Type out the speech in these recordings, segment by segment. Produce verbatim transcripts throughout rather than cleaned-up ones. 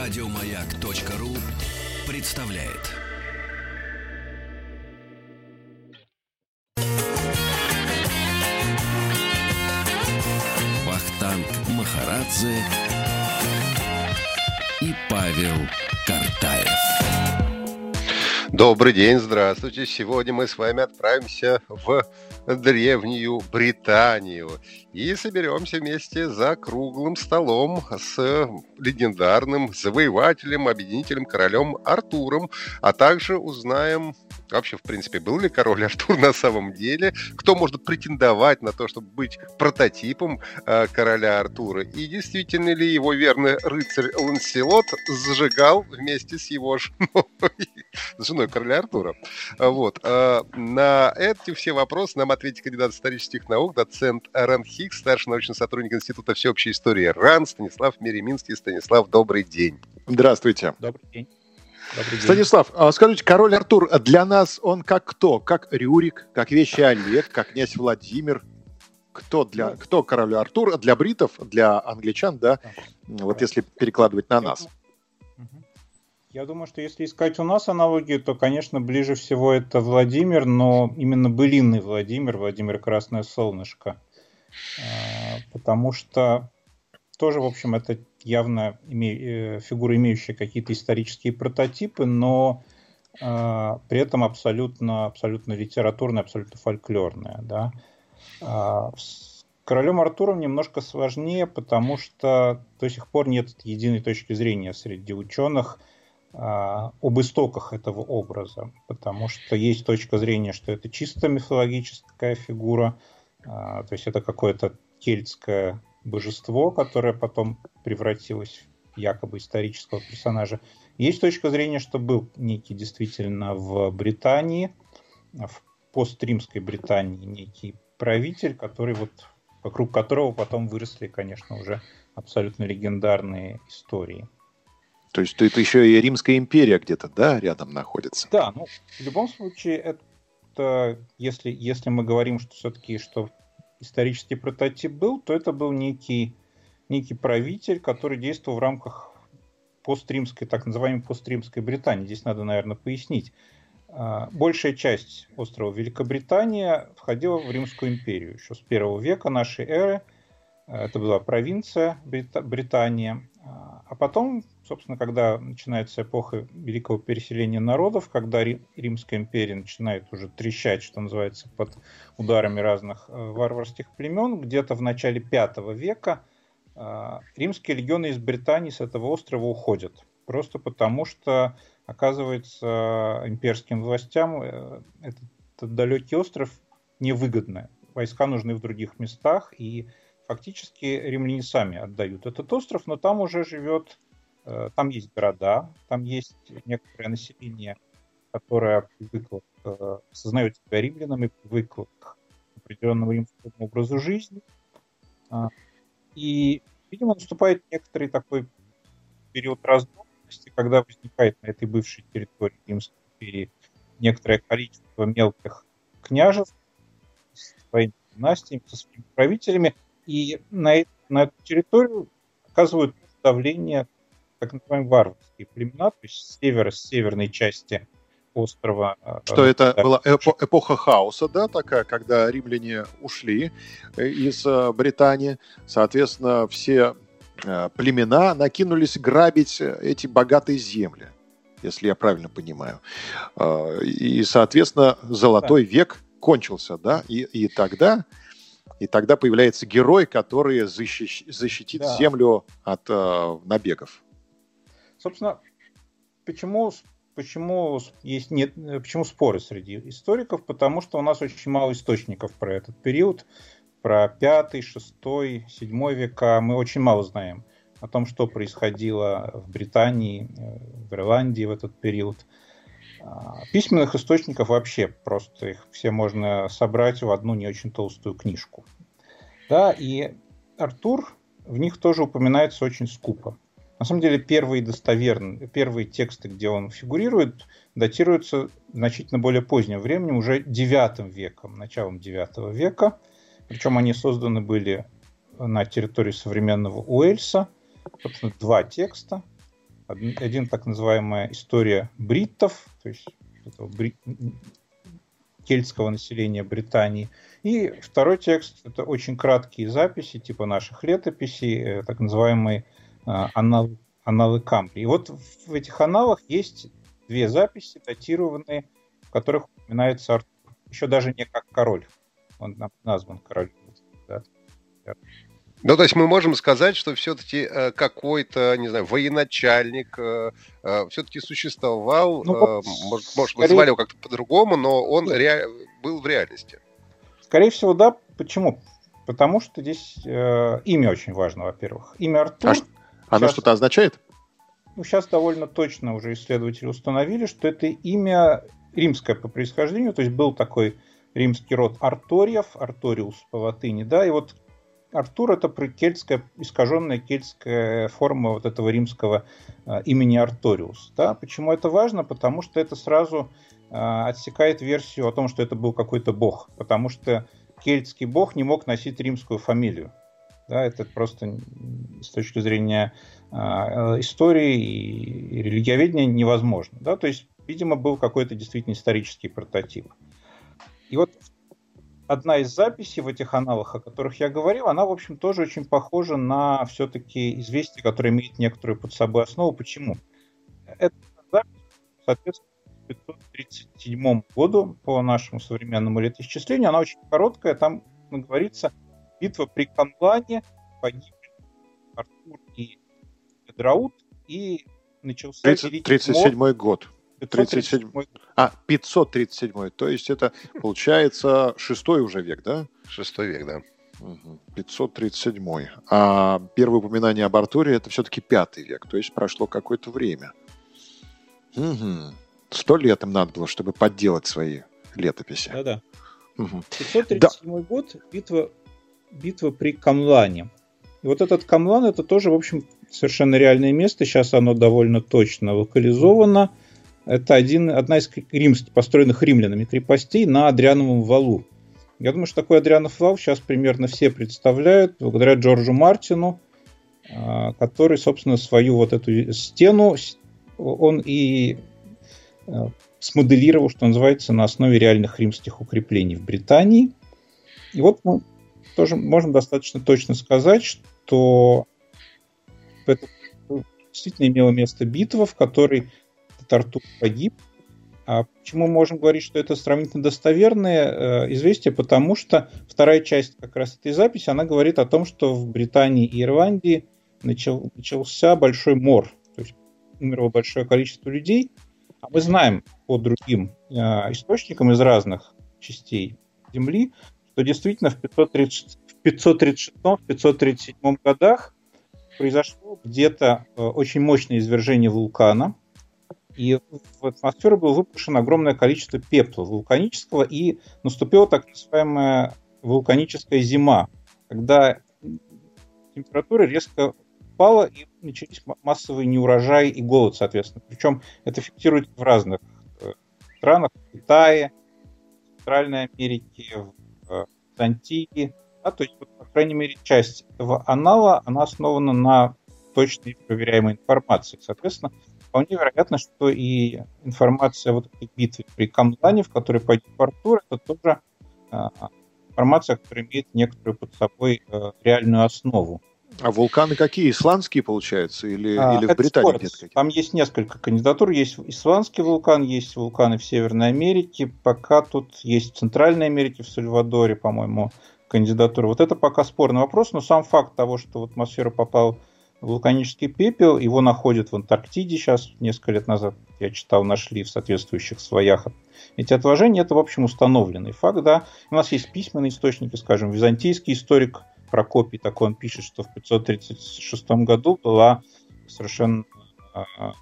Радиомаяк.ру представляет. Вахтанг Махарадзе и Павел Картаев. Добрый день, здравствуйте. Сегодня мы с вами отправимся в древнюю Британию и соберемся вместе за круглым столом с легендарным завоевателем, объединителем, королем Артуром, а также узнаем, вообще, в принципе, был ли король Артур на самом деле, кто может претендовать на то, чтобы быть прототипом э, короля Артура, и действительно ли его верный рыцарь Ланселот зажигал вместе с его женой, с женой короля Артура. Вот. На эти все вопросы нам ответит кандидат исторических наук, доцент Ран Хикс, старший научный сотрудник Института всеобщей истории РАН, Станислав Мереминский. Станислав, добрый день. Здравствуйте. Добрый день. Добрый день. Станислав, скажите, король Артур для нас он как кто? Как Рюрик, как Вещий Олег, как князь Владимир? Кто для ну, кто король Артур? Для бритов, для англичан, да? да. Вот да. Если перекладывать на нас. Я думаю, что если искать у нас аналогию, то, конечно, ближе всего это Владимир, но именно былинный Владимир, Владимир Красное Солнышко. Потому что тоже, в общем, это явно име... фигура, имеющая какие-то исторические прототипы, но при этом абсолютно, абсолютно литературная, абсолютно фольклорная. Да? С королем Артуром немножко сложнее, потому что до сих пор нет единой точки зрения среди ученых об истоках этого образа, потому что есть точка зрения, что это чисто мифологическая фигура, то есть это какое-то кельтское божество, которое потом превратилось в якобы исторического персонажа. Есть точка зрения, что был некий действительно в Британии, в постримской Британии некий правитель, который вот, вокруг которого потом выросли, конечно, уже абсолютно легендарные истории. То есть это еще и Римская империя где-то, да, рядом находится? Да, ну, в любом случае, это, если, если мы говорим, что все-таки, что исторический прототип был, то это был некий, некий правитель, который действовал в рамках постримской, так называемой постримской Британии. Здесь надо, наверное, пояснить. Большая часть острова Великобритания входила в Римскую империю еще с первого века нашей эры. Это была провинция Британия. А потом, собственно, когда начинается эпоха великого переселения народов, когда Римская империя начинает уже трещать, что называется, под ударами разных варварских племен, где-то в начале пятого века римские легионы из Британии с этого острова уходят. Просто потому, что, оказывается, имперским властям этот, этот далекий остров невыгодно. Войска нужны в других местах, и фактически римляне сами отдают этот остров, но там уже живет, там есть города, там есть некоторое население, которое привыкло, осознает себя римлянами, привыкло к определенному римскому образу жизни. И, видимо, наступает некоторый такой период раздробности, когда возникает на этой бывшей территории Римской империи некоторое количество мелких княжеств со своими династиями, со своими правителями. И на, на эту территорию оказывают давление так называемые варварские племена, то есть с севера, с северной части острова. Что это да, была эпо- эпоха хаоса, да, такая, когда римляне ушли из Британии. Соответственно, все племена накинулись грабить эти богатые земли, если я правильно понимаю. И, соответственно, золотой да. век кончился, да, и, и тогда... И тогда появляется герой, который защищ... защитит да. землю от э, набегов. Собственно, почему, почему, есть, нет, почему споры среди историков? Потому что у нас очень мало источников про этот период, про пятый, шестой, седьмой века. Мы очень мало знаем о том, что происходило в Британии, в Ирландии в этот период. Письменных источников вообще просто их все можно собрать в одну не очень толстую книжку. Да, и Артур в них тоже упоминается очень скупо. На самом деле первые достоверные, первые тексты, где он фигурирует, датируются значительно более поздним временем, уже девятым веком, началом девятого века. Причем они созданы были на территории современного Уэльса. Собственно, два текста. Один, один так называемая история бриттов, то есть этого бри... кельтского населения Британии. И второй текст — это очень краткие записи, типа наших летописей, так называемые аналы, аналы Камбрии. И вот в этих аналах есть две записи, датированные, в которых упоминается Артур. Еще даже не как король. Он назван королем. Да. Ну, то есть мы можем сказать, что все-таки э, какой-то, не знаю, военачальник э, э, все-таки существовал, ну, э, может, может мы звали его как-то по-другому, но он ре... был в реальности. Скорее всего, да. Почему? Потому что здесь э, имя очень важно, во-первых. Имя Артур. А ш... Оно сейчас... что-то означает? Ну, сейчас довольно точно уже исследователи установили, что это имя римское по происхождению, то есть был такой римский род Арториев, Арториус по латыни, да, и вот Артур — это кельтская, искаженная кельтская форма вот этого римского э, имени Арториус. Да? Почему это важно? Потому что это сразу э, отсекает версию о том, что это был какой-то бог, потому что кельтский бог не мог носить римскую фамилию. Да? Это просто с точки зрения э, истории и религиоведения невозможно. Да? То есть, видимо, был какой-то действительно исторический прототип. И вот одна из записей в этих аналах, о которых я говорил, она, в общем, тоже очень похожа на все-таки известие, которое имеет некоторую под собой основу. Почему? Эта запись, соответственно, к пятьсот тридцать седьмому году по нашему современному летоисчислению. Она очень короткая. Там говорится: битва при Камлане, погибли Артур и Эдраут, и начался тридцать седьмой год. тридцать седьмой. А, пятьсот тридцать седьмой. То есть это, получается, шестой уже век, да? Шестой век, да. Угу. пятьсот тридцать седьмой. А первое упоминание об Артуре — это все-таки пятый век. То есть прошло какое-то время. Угу. Сто лет им надо было, чтобы подделать свои летописи. Да-да. Угу. пятьсот тридцать седьмой да. год, битва, битва при Камлане. И вот этот Камлан — это тоже, в общем, совершенно реальное место. Сейчас оно довольно точно локализовано. Это один, одна из римских, построенных римлянами крепостей на Адриановом валу. Я думаю, что такой Адрианов вал сейчас примерно все представляют, благодаря Джорджу Мартину, который, собственно, свою вот эту стену он и смоделировал, что называется, на основе реальных римских укреплений в Британии. И вот мы тоже можем достаточно точно сказать, что это действительно имела место битва, в которой Артур погиб. А почему мы можем говорить, что это сравнительно достоверное э, известие? Потому что вторая часть как раз этой записи, она говорит о том, что в Британии и Ирландии начал, начался большой мор. То есть умерло большое количество людей. А мы знаем по другим э, источникам из разных частей Земли, что действительно в пятьсот тридцать шестом - пятьсот тридцать седьмом годах произошло где-то э, очень мощное извержение вулкана. И в атмосферу было выпущено огромное количество пепла вулканического, и наступила так называемая вулканическая зима, когда температура резко упала, и начались массовые неурожаи и голод, соответственно. Причем это фиксируется в разных странах: в Китае, в Центральной Америке, в Антигуа. Да, то есть, вот, по крайней мере, часть этого анала, она основана на точной проверяемой информации. Соответственно, вполне вероятно, что и информация вот этой битвы при Камлане, в которой погиб Артур, это тоже э, информация, которая имеет некоторую под собой э, реальную основу. А вулканы какие? Исландские, получается? Или, а, или в Британии нет каких-то? Там есть несколько кандидатур. Есть исландский вулкан, есть вулканы в Северной Америке. Пока тут есть в Центральной Америке, в Сальвадоре, по-моему, кандидатура. Вот это пока спорный вопрос, но сам факт того, что в атмосферу попал вулканический пепел, его находят в Антарктиде сейчас, несколько лет назад, я читал, нашли в соответствующих слоях эти отложения, это, в общем, установленный факт, да. У нас есть письменные источники, скажем, византийский историк Прокопий, такой, он пишет, что в пятьсот тридцать шестом году была совершенно э,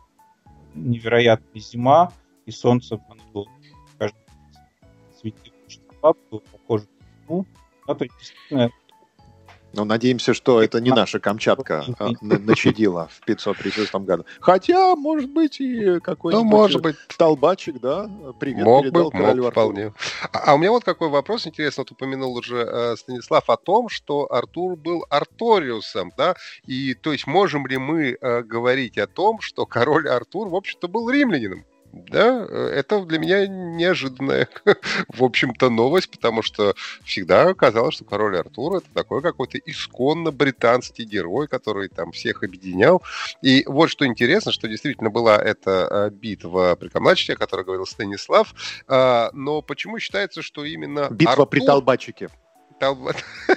невероятная зима, и солнце было, скажем, светило очень слабо, было похоже на луну, да, то есть, действительно, Ну, надеемся, что это не наша Камчатка а, начадила в пятьсот тридцать шестом году. Хотя, может быть, и какой-нибудь ну, может быть. Толбачик, да, привет мог передал бы, королю мог, Артуру. Вполне. А, а у меня вот какой вопрос интересный. Вот упомянул уже э, Станислав о том, что Артур был Арториусом, да? И, то есть, можем ли мы э, говорить о том, что король Артур, в общем-то, был римлянином? Да, это для меня неожиданная, в общем-то, новость, потому что всегда казалось, что король Артур — это такой какой-то исконно британский герой, который там всех объединял. И вот что интересно, что действительно была эта битва при Камлачите, о которой говорил Станислав, но почему считается, что именно Битва Артур... при Толбачике. Толба...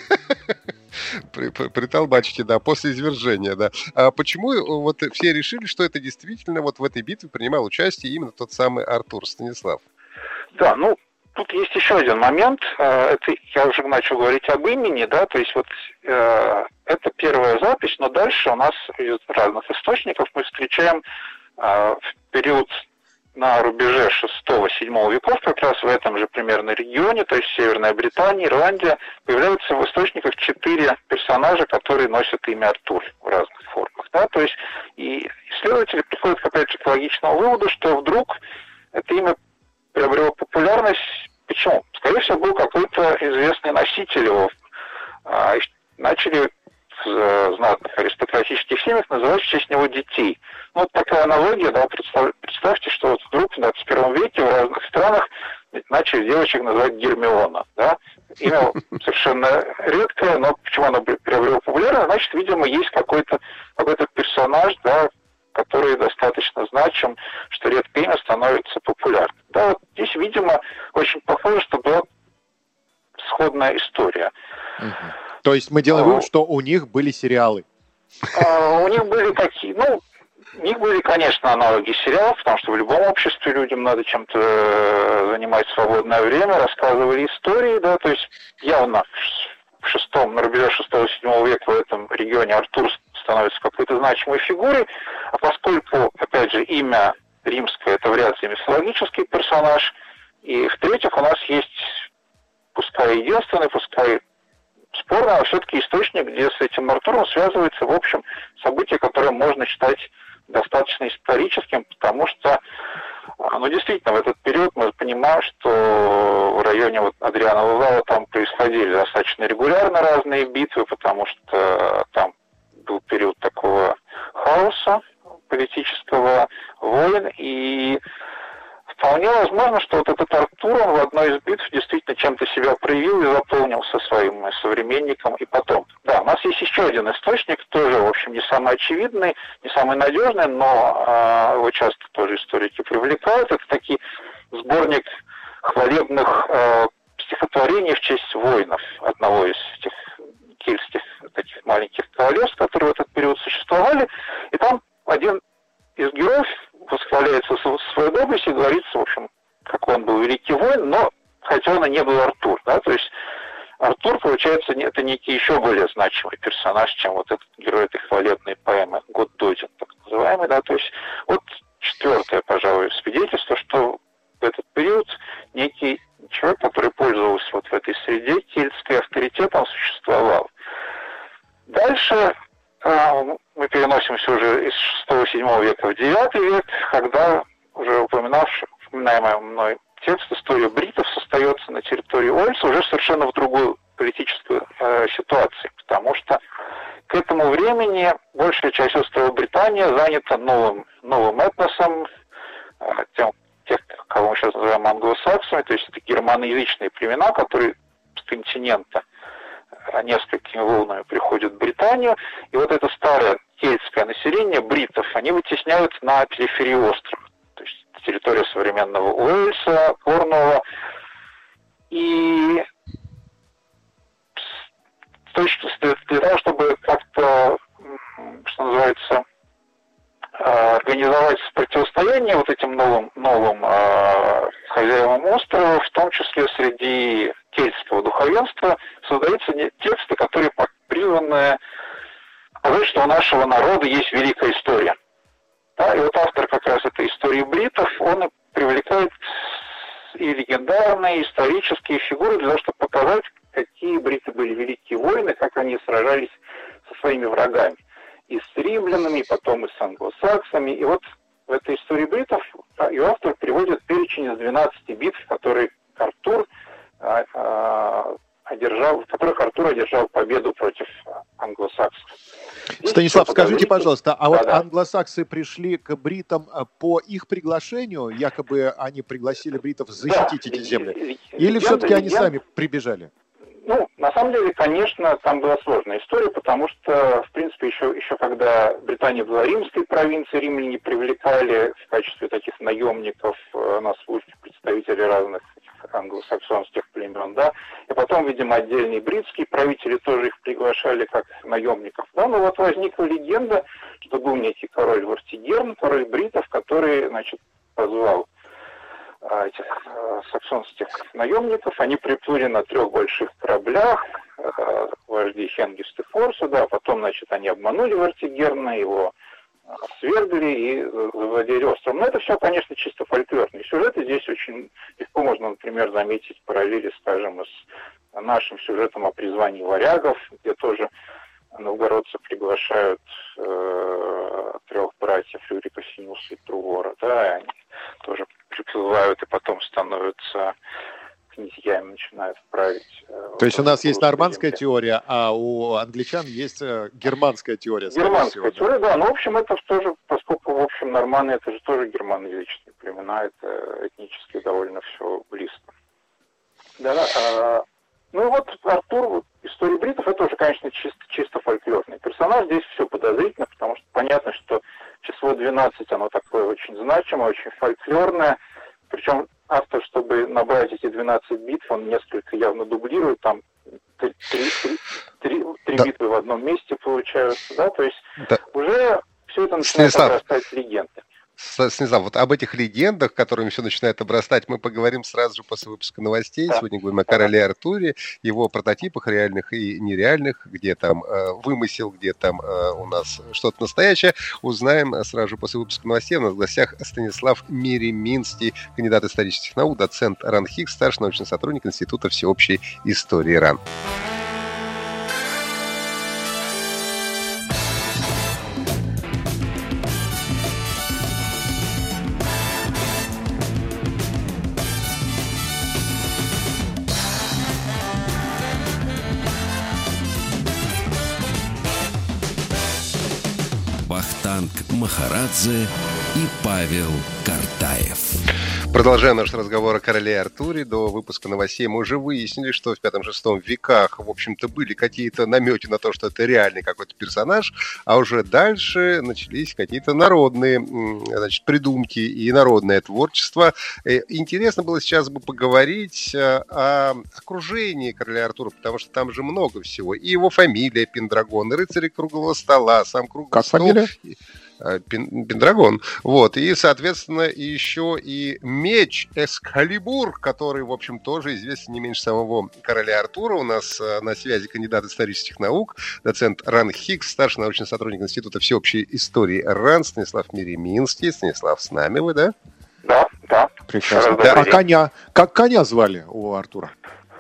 При, при, при Толбачике, да, после извержения, да. А почему вот все решили, что это действительно вот в этой битве принимал участие именно тот самый Артур, Станислав? Да, ну, тут есть еще один момент. Это я уже начал говорить об имени, да, то есть вот э, это первая запись, но дальше у нас из разных источников мы встречаем э, в период на рубеже шестого-седьмого веков, как раз в этом же примерно регионе, то есть Северная Британия, Ирландия, появляются в источниках четыре персонажа, которые носят имя Артур в разных формах. Да? То есть и исследователи приходят, опять же, к логичному выводу, что вдруг это имя приобрело популярность. Почему? Скорее всего, был какой-то известный носитель его. Начали в знатных аристократических семьях называть в честь него детей. Ну, вот такая аналогия, да, представь, представьте, что вот вдруг в двадцать первом веке в разных странах начали девочек называть Гермиона, да. Имя совершенно редкое, но почему оно приобрело популярность? Значит, видимо, есть какой-то какой-то персонаж, да, который достаточно значим, что редкое имя становится популярным. Да, вот здесь, видимо, очень похоже, что была сходная история. Угу. То есть мы делаем вывод, что у них были сериалы. А, у них были какие, ну, у них были, конечно, аналоги сериалов, потому что в любом обществе людям надо чем-то занимать свободное время, рассказывали истории, да, то есть явно в шестом, на рубеже шестого-седьмого века в этом регионе Артур становится какой-то значимой фигурой, а поскольку, опять же, имя римское — это вряд ли мифологический персонаж, и в-третьих, у нас есть, пускай единственный, пускай спорно, а все-таки источник, где с этим Артуром связывается, в общем, событие, которое можно считать достаточно историческим, потому что, ну, действительно, в этот период мы понимаем, что в районе вот Адрианового вала там происходили достаточно регулярно разные битвы, потому что там был период такого хаоса политического, войн, и вполне возможно, что вот этот Артур, он в одной из битв действительно чем-то себя проявил и заполнился своим современником и потом. Да, у нас есть еще один источник, тоже, в общем, не самый очевидный, не самый надежный, но э, его часто тоже историки привлекают. Это такой сборник хвалебных э, стихотворений в честь воинов одного из этих кельтских таких маленьких королевств, которые в этот период существовали. И там один из героев восхваляется своей доблестью и говорится, в общем, как он был великий воин, но хотя он и не был Артур, да, то есть Артур, получается, это некий еще более значимый персонаж, чем вот этот герой этой хвалебной поэмы «Год дойден», так называемый, да, то есть вот четвертое, пожалуй, свидетельство, что в этот период некий человек, который пользовался вот в этой среде кельтской авторитетом, существовал. Дальше мы переносимся уже из шестого-седьмого века в девятый век, когда уже упоминавший, упоминаемый мной текст «История бритов» состоится на территории Уэльса уже совершенно в другой политической э, ситуации, потому что к этому времени большая часть острова Британия занята новым, новым этносом, э, тем, тех, кого мы сейчас называем англосаксами, то есть это германоязычные племена, которые с континента несколькими волнами приходят в Британию, и вот это старое кельтское население бритов, они вытесняют на периферии острова, то есть территория современного Уэльса, Корнуолла, и для того, чтобы как-то, что называется, организовать противостояние вот этим новым, новым э, хозяевам острова, в том числе среди кельтского духовенства, создаются тексты, которые призваны показать, что у нашего народа есть великая история. Да, и вот автор как раз этой истории бритов, он привлекает и легендарные, и исторические фигуры для того, чтобы показать какие бриты были великие воины, как они сражались со своими врагами. И с римлянами, и потом и с англосаксами. И вот в этой истории бритов ее автор приводит перечень из двенадцати битв, которые Артур а, а, одержал, в которых Артур одержал победу против англосаксов. Здесь Станислав, скажите, подозрительно... пожалуйста, а да, вот да. англосаксы пришли к бритам по их приглашению, якобы они пригласили бритов защитить да, эти земли, легенда, или все-таки они легенда... сами прибежали? Ну, на самом деле, конечно, там была сложная история, потому что, в принципе, еще, еще когда Британия была римской провинцией, римляне привлекали в качестве таких наемников на службу представителей разных англосаксонских племен, да, и потом, видимо, отдельные бритские правители тоже их приглашали как наемников, да, но вот возникла легенда, что был некий король Вартигерн, король бритов, который, значит, позвал этих э, саксонских наемников. Они приплыли на трех больших кораблях, э, вожди Хенгист и Форса, да, потом, значит, они обманули Вартигерна, его э, свергли и завладели островом. Но это все, конечно, чисто фольклорные сюжеты. Здесь очень легко можно, например, заметить параллели, скажем, с нашим сюжетом о призвании варягов, где тоже новгородцы приглашают э, трех братьев Рюрика, Синюса и Трувора, да, и они тоже приплывают и потом становятся князьями, начинают править. Э, То есть у нас есть нормандская земли. теория, а у англичан есть э, германская теория. Германская всего, теория, да. да, но в общем это тоже, поскольку в общем норманы это же тоже германоязычные племена, это этнически довольно все близко. Да, а, ну и вот Артур, история бритов, это уже, конечно, чисто, чисто фольклорный персонаж. Здесь все подозрительно, потому что понятно, что число двенадцать, оно такое очень значимое, очень фольклорное. Причем автор, чтобы набрать эти двенадцать битв, он несколько явно дублирует, там три, три, три, три, три да. битвы в одном месте получаются, да, то есть да. уже все это начинает Станислав. обрастать легендой. Станислав, вот об этих легендах, которыми все начинает обрастать, мы поговорим сразу же после выпуска новостей. Да. Сегодня говорим о короле Артуре, его прототипах реальных и нереальных, где там э, вымысел, где там э, у нас что-то настоящее. Узнаем сразу же после выпуска новостей. У нас в гостях Станислав Мереминский, кандидат исторических наук, доцент РАН-ХИКС, старший научный сотрудник Института всеобщей истории РАН. Вахтанг Махарадзе и Павел Картаев. Продолжаем наш разговор о короле Артуре. До выпуска новостей мы уже выяснили, что в пятом-шестом веках, в общем-то, были какие-то намеки на то, что это реальный какой-то персонаж, а уже дальше начались какие-то народные, значит, придумки и народное творчество. Интересно было сейчас бы поговорить о окружении короля Артура, потому что там же много всего. И его фамилия Пендрагон, и рыцари круглого стола, сам круглый как стол. Фамилия? Пендрагон. Вот. И, соответственно, еще и меч Эскалибур, который, в общем, тоже известен не меньше самого короля Артура. У нас на связи кандидат исторических наук, доцент РАН-ХИКС, старший научный сотрудник Института всеобщей истории РАН, Станислав Мереминский. Станислав, с нами вы, да? Да, да. Прекрасно. Да. А коня? Как коня звали у Артура?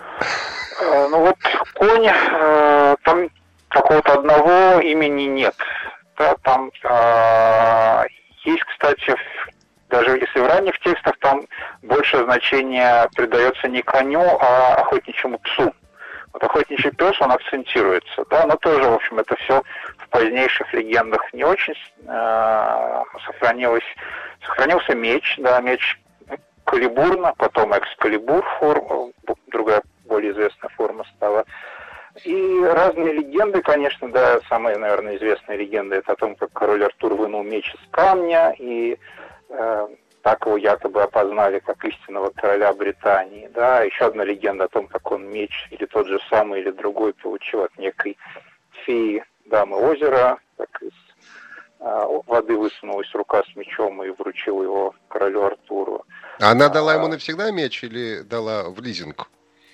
Э, ну вот конь, э, там какого-то одного имени нет. Да, там э, есть, кстати, даже если в ранних текстах, там большее значение придается не коню, а охотничьему псу. Вот охотничий пес, он акцентируется, да, но тоже, в общем, это все в позднейших легендах не очень э, сохранилось. Сохранился меч, да, меч Калибурна, потом Экскалибур, форма, другая более известная форма стала. И разные легенды, конечно, да, самая, наверное, известная легенда — это о том, как король Артур вынул меч из камня, и э, так его якобы опознали как истинного короля Британии, да. Еще одна легенда о том, как он меч, или тот же самый, или другой, получил от некой феи Дамы озера, как из э, воды высунулась рука с мечом и вручила его королю Артуру. А она дала ему навсегда меч или дала в лизинг?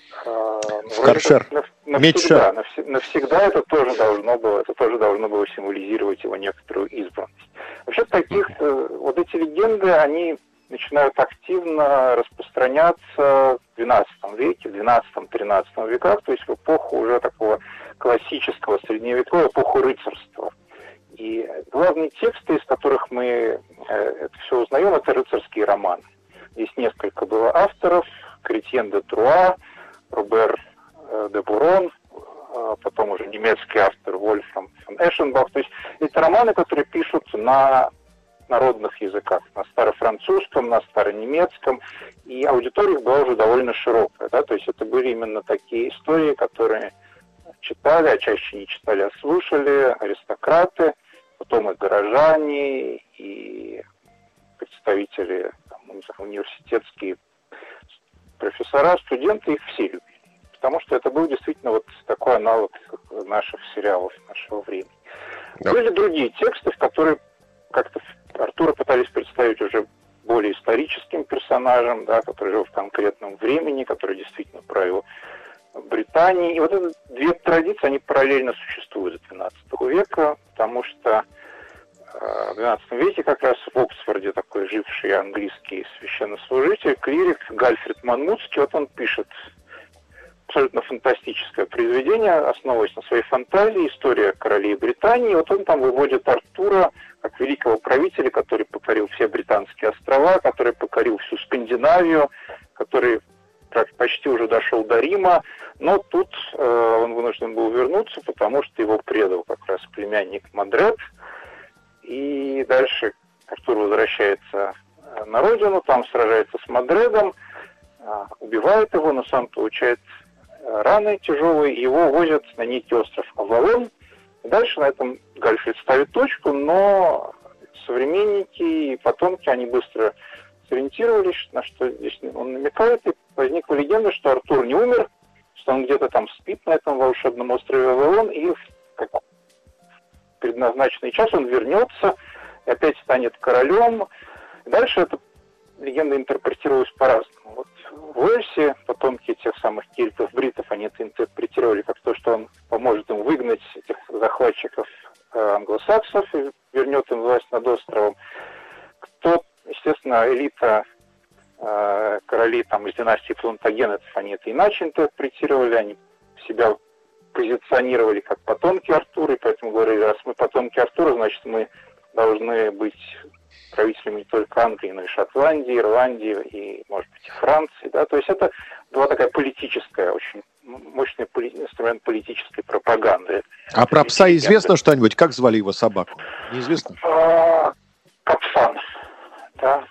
В каршер. Навсегда, навсегда это тоже должно было, это тоже должно было символизировать его некоторую избранность. Вообще таких, вот эти легенды, они начинают активно распространяться в двенадцатом веке, в двенадцатом-тринадцатом веках, то есть в эпоху уже такого классического средневековья, эпоху рыцарства. И главные тексты, из которых мы э, это все узнаем, это рыцарские романы. Здесь несколько было авторов: Кретьен де Труа, Робер э, де Бурон, э, потом уже немецкий автор Вольфрам фон Эшенбах. То есть это романы, которые пишут на народных языках, на старофранцузском, на старонемецком, и аудитория была уже довольно широкая, да, то есть это были именно такие истории, которые читали, а чаще не читали, а слушали аристократы, потом и горожане, и представители там, университетские профессора, студенты, их все любили, потому что это был действительно вот такой аналог наших сериалов нашего времени. Да. Были другие тексты, в которые как-то Артура пытались представить уже более историческим персонажем, да, который жил в конкретном времени, который действительно правил Британией. И вот эти две традиции, они параллельно существуют с двенадцатого века, потому что э, в двенадцатом веке как раз в Оксфорде такой живший английский священнослужитель, клирик Гальфрид Монмутский, вот он пишет абсолютно фантастическое произведение, основываясь на своей фантазии, история королей Британии. Вот он там выводит Артура как великого правителя, который покорил все британские острова, который покорил всю Скандинавию, который почти уже дошел до Рима, но тут э, он вынужден был вернуться, потому что его предал как раз племянник Мадред. И дальше Артур возвращается на родину, там сражается с Мадредом, э, убивает его, но сам получает раны тяжелые, его возят на некий остров Авалон. Дальше на этом Гальфрид ставит точку, но современники и потомки, они быстро сориентировались, на что здесь он намекает, и возникла легенда, что Артур не умер, что он где-то там спит на этом волшебном острове Авалон, и в предназначенный час он вернется, и опять станет королем. Дальше эта легенда интерпретировалась по-разному. Вот в Уэльсе потомки тех самых кельтов, бритов, они это интерпретировали как то, что он поможет им выгнать этих захватчиков э, англосаксов и вернет им власть над островом. Кто, естественно, элита э, королей там, из династии Плантагенетов, они это иначе интерпретировали, они себя позиционировали как потомки Артура, и поэтому говорили, раз мы потомки Артура, значит, мы должны быть правителями не только Англии, но и Шотландии, Ирландии и, может быть, и Франции. Да? То есть это была такая политическая, очень мощный поли- инструмент политической пропаганды. А про пса известно что-нибудь? Как звали его собаку? Неизвестно? А, Капсан. Да.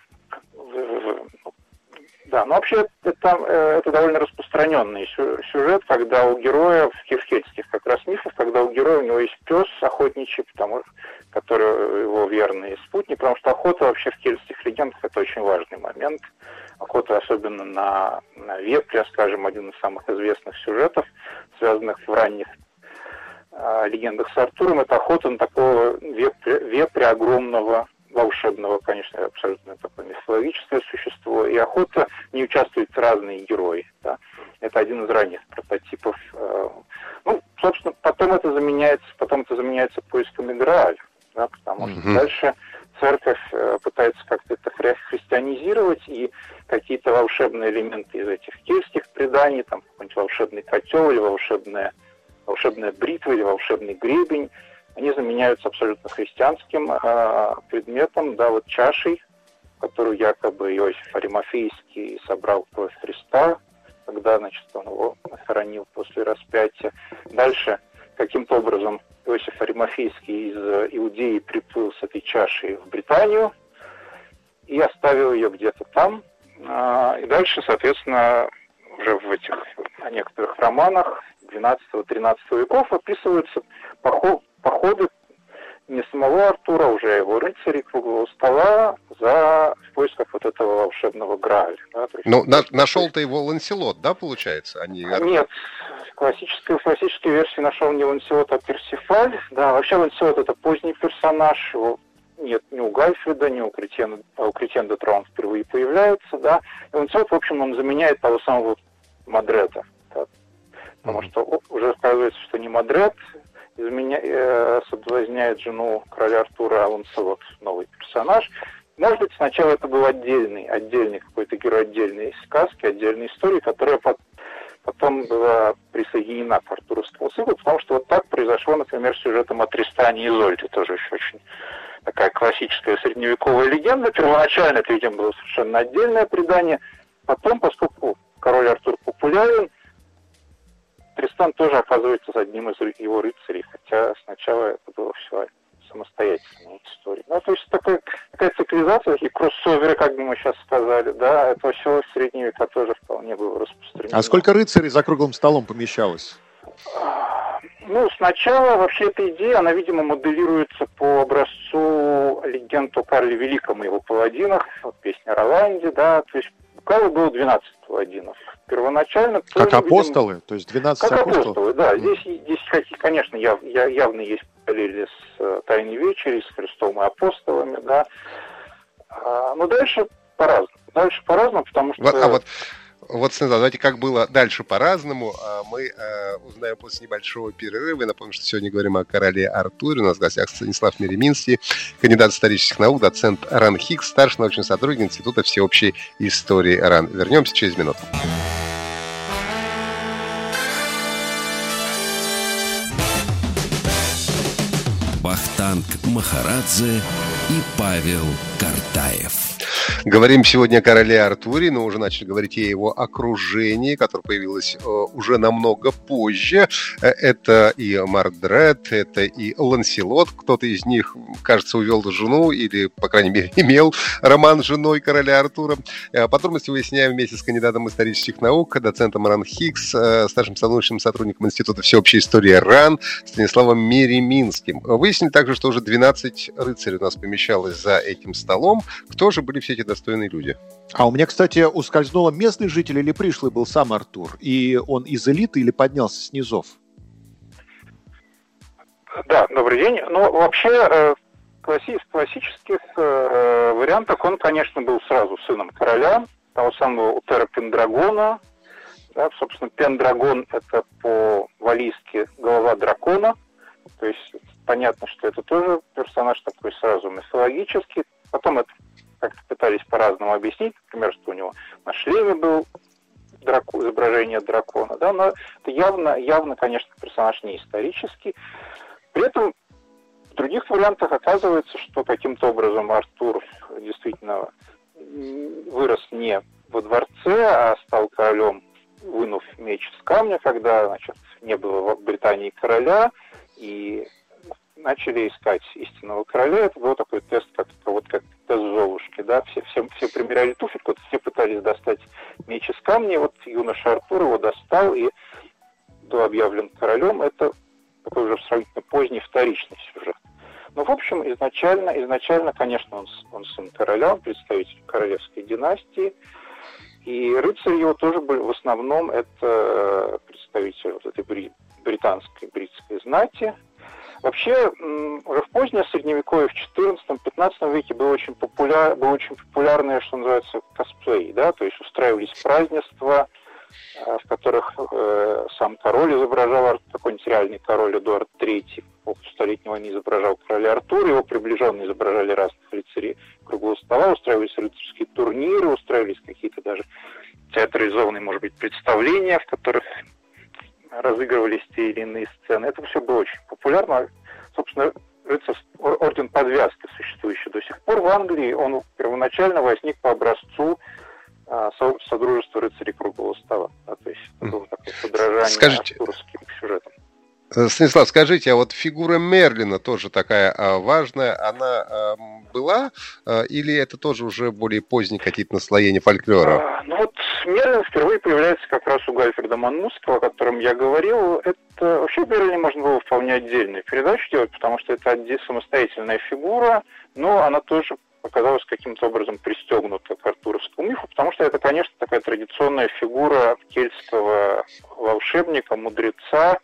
Да, но вообще это, это довольно распространенный сюжет, когда у героя, в кельтских как раз мифах, когда у героя у него есть пес охотничий, потому, который его верный спутник, потому что охота вообще в кельтских легендах это очень важный момент. Охота особенно на, на вепря, скажем, один из самых известных сюжетов, связанных в ранних э, легендах с Артуром, это охота на такого вепря, вепря огромного, волшебного, конечно, абсолютно такое мифологическое существо, и охота не участвуют разные герои. Да. Это один из ранних прототипов. Ну, собственно, потом это заменяется, потом это заменяется поисками Грааля, да, потому что mm-hmm. дальше церковь пытается как-то это христианизировать, и какие-то волшебные элементы из этих кельтских преданий, там какой-нибудь волшебный котел или волшебная, волшебная бритва или волшебный гребень, они заменяются абсолютно христианским э, предметом, да, вот чашей, которую якобы Иосиф Аримафейский собрал кровь Христа, когда, значит, он его хоронил после распятия. Дальше каким-то образом Иосиф Аримафейский из Иудеи приплыл с этой чашей в Британию и оставил ее где-то там. Э, и дальше, соответственно, уже в этих некоторых романах двенадцатого-тринадцатого веков описываются поход походы не самого Артура, уже его рыцарей круглого стола за в поисках вот этого волшебного Грааля. Да? То есть, ну, на, нашел-то его Ланселот, да, получается? Они... Нет, в классической, в классической версии нашел не Ланселот, а Персифаль. Да, вообще Ланселот это поздний персонаж, его нет ни у Гальфрида, ни у Кретьена, а у Кретьена де Труа он впервые появляется, да. И Ланселот, в общем, он заменяет того самого Мадреда, да? Потому mm-hmm. что уже оказывается, что не Мадред изменя... э, соблазняет жену короля Артура, а Ланселот новый персонаж. может быть, сначала это был отдельный, отдельный какой-то герой отдельной сказки, отдельной истории, которая потом была присоединена к артуровскому циклу, потому что вот так произошло, например, с сюжетом о Тристане и Изольде, тоже еще очень такая классическая средневековая легенда. Первоначально это, видимо, было совершенно отдельное предание. Потом, поскольку король Артур популярен, Тристан тоже оказывается одним из его рыцарей, хотя сначала это было все самостоятельная история. Ну, то есть такая, такая циклизация, и кроссоверы, как бы мы сейчас сказали, да, это все в средние века тоже вполне было распространено. А сколько рыцарей за круглым столом помещалось? Ну, сначала вообще эта идея, она, видимо, моделируется по образцу легенд о Карле Великом и его паладинах, вот песня о Роланде, да, то есть у Карла было двенадцать паладинов. Первоначально... Как тоже, апостолы? видимо, То есть двенадцать как апостолов? апостолы, да. Здесь, здесь конечно, яв, явно есть параллели с Тайной Вечерей, с Христом и апостолами, да. А, но дальше по-разному. Дальше по-разному, потому что... Вот, а вот... Вот, Станислав, давайте как было дальше по-разному. Мы э, узнаем после небольшого перерыва. Я напомню, что сегодня говорим о короле Артуре. У нас в гостях Станислав Мереминский, кандидат исторических наук, доцент РАН Хиггс, старший научный сотрудник Института всеобщей истории РАН. Вернемся через минуту. Вахтанг Махарадзе и Павел Картаев. Говорим сегодня о короле Артуре, но уже начали говорить и о его окружении, которое появилось э, уже намного позже. Это и Мардред, это и Ланселот. Кто-то из них, кажется, увел жену или, по крайней мере, имел роман с женой короля Артура. Э, подробности выясняем вместе с кандидатом исторических наук, доцентом РАН Хиггс, э, старшим научным сотрудником Института всеобщей истории РАН Станиславом Мереминским. Выяснили также, что уже двенадцать рыцарей у нас помещалось за этим столом. Кто же были все эти достойные люди? А у меня, кстати, ускользнуло, местный житель или пришлый был сам Артур? И он из элиты или поднялся с низов? Да, добрый день. Ну, вообще, в классических вариантах он, конечно, был сразу сыном короля, того самого Утера Пендрагона. Да, собственно, Пендрагон — это по-валлийски голова дракона. То есть понятно, что это тоже персонаж такой сразу мифологический. Потом это как-то пытались по-разному объяснить, например, что у него на шлеме был драку, изображение дракона, да, но это явно, явно, конечно, персонаж не исторический. При этом в других вариантах оказывается, что каким-то образом Артур действительно вырос не во дворце, а стал королем, вынув меч из камня, когда, значит, не было в Британии короля, и начали искать истинного короля. Это был такой тест, как вот как тест Золушки, да, все, все, все примеряли туфельку, вот все пытались достать меч из камня, и вот юноша Артур его достал и был объявлен королем. Это такой уже сравнительно поздний вторичный сюжет. Но, в общем, изначально, изначально, конечно, он, он сын короля, он представитель королевской династии, и рыцари его тоже были в основном это представители вот этой британской, бритской знати. Вообще, уже в позднее Средневековье, в четырнадцатом-пятнадцатом веке был очень, популяр, был очень популярный, что называется, косплей, да, то есть устраивались празднества, в которых э, сам король изображал, какой-нибудь реальный король Эдуард третий, после Столетней войны изображал короля Артура, его приближенные изображали разных рыцарей круглого стола, устраивались рыцарские турниры, устраивались какие-то даже театрализованные, может быть, представления, в которых разыгрывались те или иные сцены. Это все было очень популярно. Собственно, рыцарский орден подвязки, существующий до сих пор в Англии, он первоначально возник по образцу а, Содружества рыцарей круглого стола. Да, то есть это было такое подражание Скажите, артуровским сюжетам. Станислав, скажите, а вот фигура Мерлина тоже такая а, важная, она а, была? А, или это тоже уже более поздние какие-то наслоения фольклора? А, ну вот Мерлин впервые появляется как раз у Гальфреда Маннусского, о котором я говорил. Это вообще Мерлине можно было вполне отдельную передачу делать, потому что это самостоятельная фигура, но она тоже оказалась каким-то образом пристегнута к артуровскому мифу, потому что это, конечно, такая традиционная фигура кельтского волшебника, мудреца,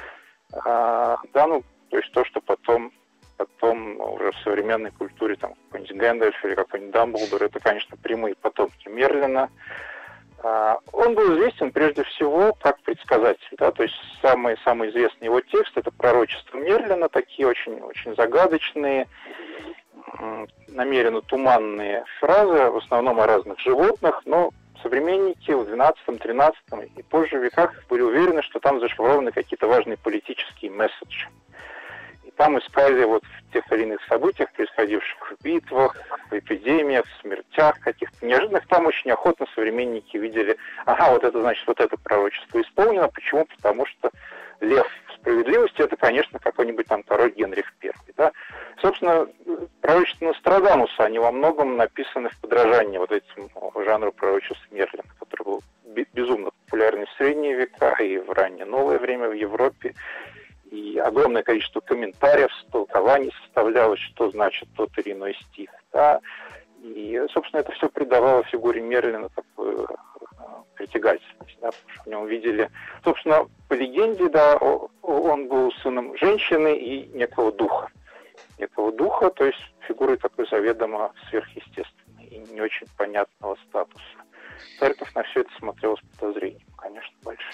а, да, ну, то есть то, что потом, потом уже в современной культуре, там, какой-нибудь Гэндальф или какой-нибудь Дамблдор, это, конечно, прямые потомки Мерлина. А, он был известен прежде всего как предсказатель, да, то есть самый, самый известный его текст — это пророчества Мерлина, такие очень, очень загадочные, намеренно туманные фразы, в основном о разных животных, но современники в двенадцатом-тринадцатом и позже веках были уверены, что там зашифрованы какие-то важные политические месседжи. И там искали вот в тех или иных событиях, происходивших в битвах, в эпидемиях, в смертях каких-то неожиданных, там очень охотно современники видели, ага, вот это значит, вот это пророчество исполнено. Почему? Потому что лев справедливости — это, конечно, какой-нибудь там король Генрих Первый. Да? Собственно, пророчества Нострадамуса, они во многом написаны в подражании вот этому жанру пророчеств Мерлина, который был безумно популярный в средние века и в раннее новое время в Европе. И огромное количество комментариев, толкований составлялось, что значит тот или иной стих. Да? И, собственно, это все придавало фигуре Мерлина такую притягательность, да, потому что в нем видели, собственно, по легенде, да, он был сыном женщины и некого духа. Некого духа, то есть фигурой такой заведомо сверхъестественной и не очень понятного статуса. Церковь на все это смотрела с подозрением, конечно, большим.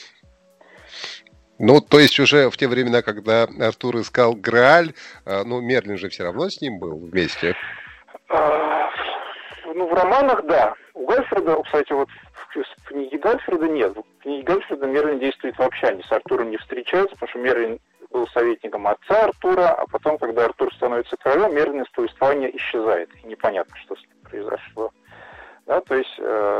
Ну, то есть уже в те времена, когда Артур искал Грааль, ну, Мерлин же все равно с ним был вместе. А, ну, в романах, да. У Гальфреда, кстати, вот в книге Гальфреда нет. В книге Гальфреда Мерлин действует вообще, они с Артуром не встречаются, потому что Мерлин был советником отца Артура, а потом, когда Артур становится королем, Мерлин из повествования исчезает. И непонятно, что с ним произошло. Да, то есть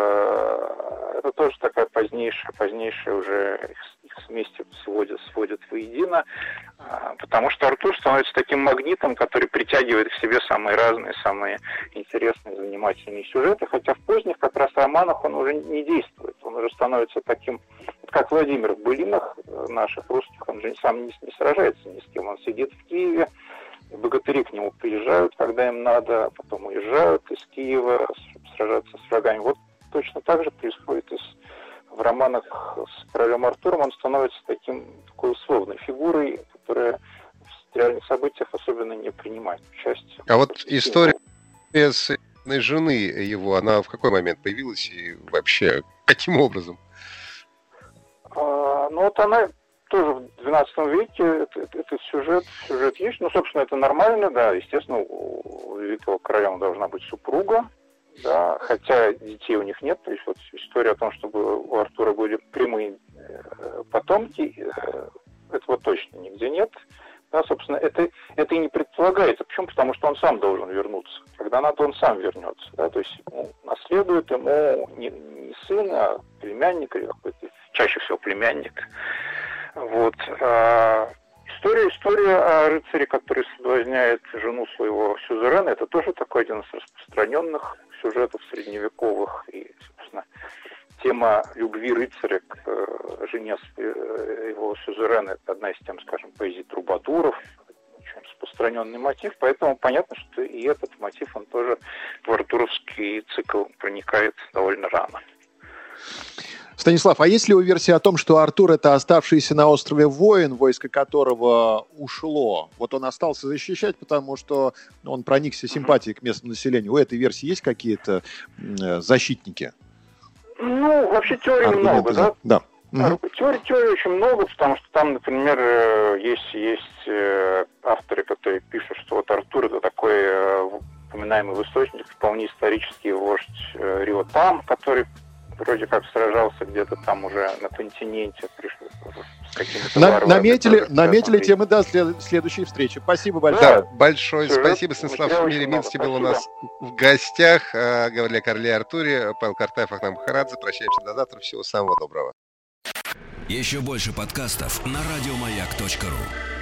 э, это тоже такая позднейшая, позднейшая уже их, их вместе сводят, сводят воедино, э, потому что Артур становится таким магнитом, который притягивает к себе самые разные, самые интересные, занимательные сюжеты, хотя в поздних как раз романах он уже не действует, он уже становится таким, как Владимир в былинах наших русских, он же сам не, не сражается ни с кем, он сидит в Киеве, богатыри к нему приезжают, когда им надо, потом уезжают из Киева, сражаться с врагами. Вот точно так же происходит и с, в романах с королем Артуром. Он становится таким, такой условной фигурой, которая в реальных событиях особенно не принимает участие. А вот история с жены его, она в какой момент появилась и вообще каким образом? А, ну вот она тоже в двенадцатом веке этот, этот сюжет, сюжет есть. Ну, собственно, это нормально, да. Естественно, у великого короля должна быть супруга. Да, хотя детей у них нет, то есть вот история о том, чтобы у Артура были прямые э, потомки, э, этого точно нигде нет. Да, собственно, это, это и не предполагается. Почему? Потому что он сам должен вернуться. Когда надо, он сам вернется. Да, то есть ему наследует ему не, не сын, а племянник или какой-то, чаще всего племянник. Вот. А История, история о рыцаре, который соблазняет жену своего сюзерена, это тоже такой один из распространенных сюжетов средневековых. И, собственно, тема любви рыцаря к э, жене его сюзерена — это одна из тем, скажем, поэзии трубадуров, очень распространенный мотив, поэтому понятно, что и этот мотив, он тоже в артуровский цикл проникает довольно рано. Станислав, а есть ли у версии о том, что Артур — это оставшийся на острове воин, войско которого ушло? Вот он остался защищать, потому что он проникся симпатией к местному населению. У этой версии есть какие-то защитники? Ну, вообще теорий много, да? Да. Угу. Теорий, теорий очень много, потому что там, например, есть, есть авторы, которые пишут, что вот Артур — это такой упоминаемый в источниках вполне исторический вождь Риотам, который вроде как сражался где-то там уже на континенте, пришел с какими-то на, варварами. Наметили, наметили темы до след, следующей встречи. Спасибо большое. Да, большое Сюжет, спасибо. Станислав Мереминский был у нас в гостях. Говорили о короле Артуре. Павел Картаев, Ахтанг Махарадзе. Прощаемся до завтра. Всего самого доброго. Еще больше подкастов на радиомаяк точка ру.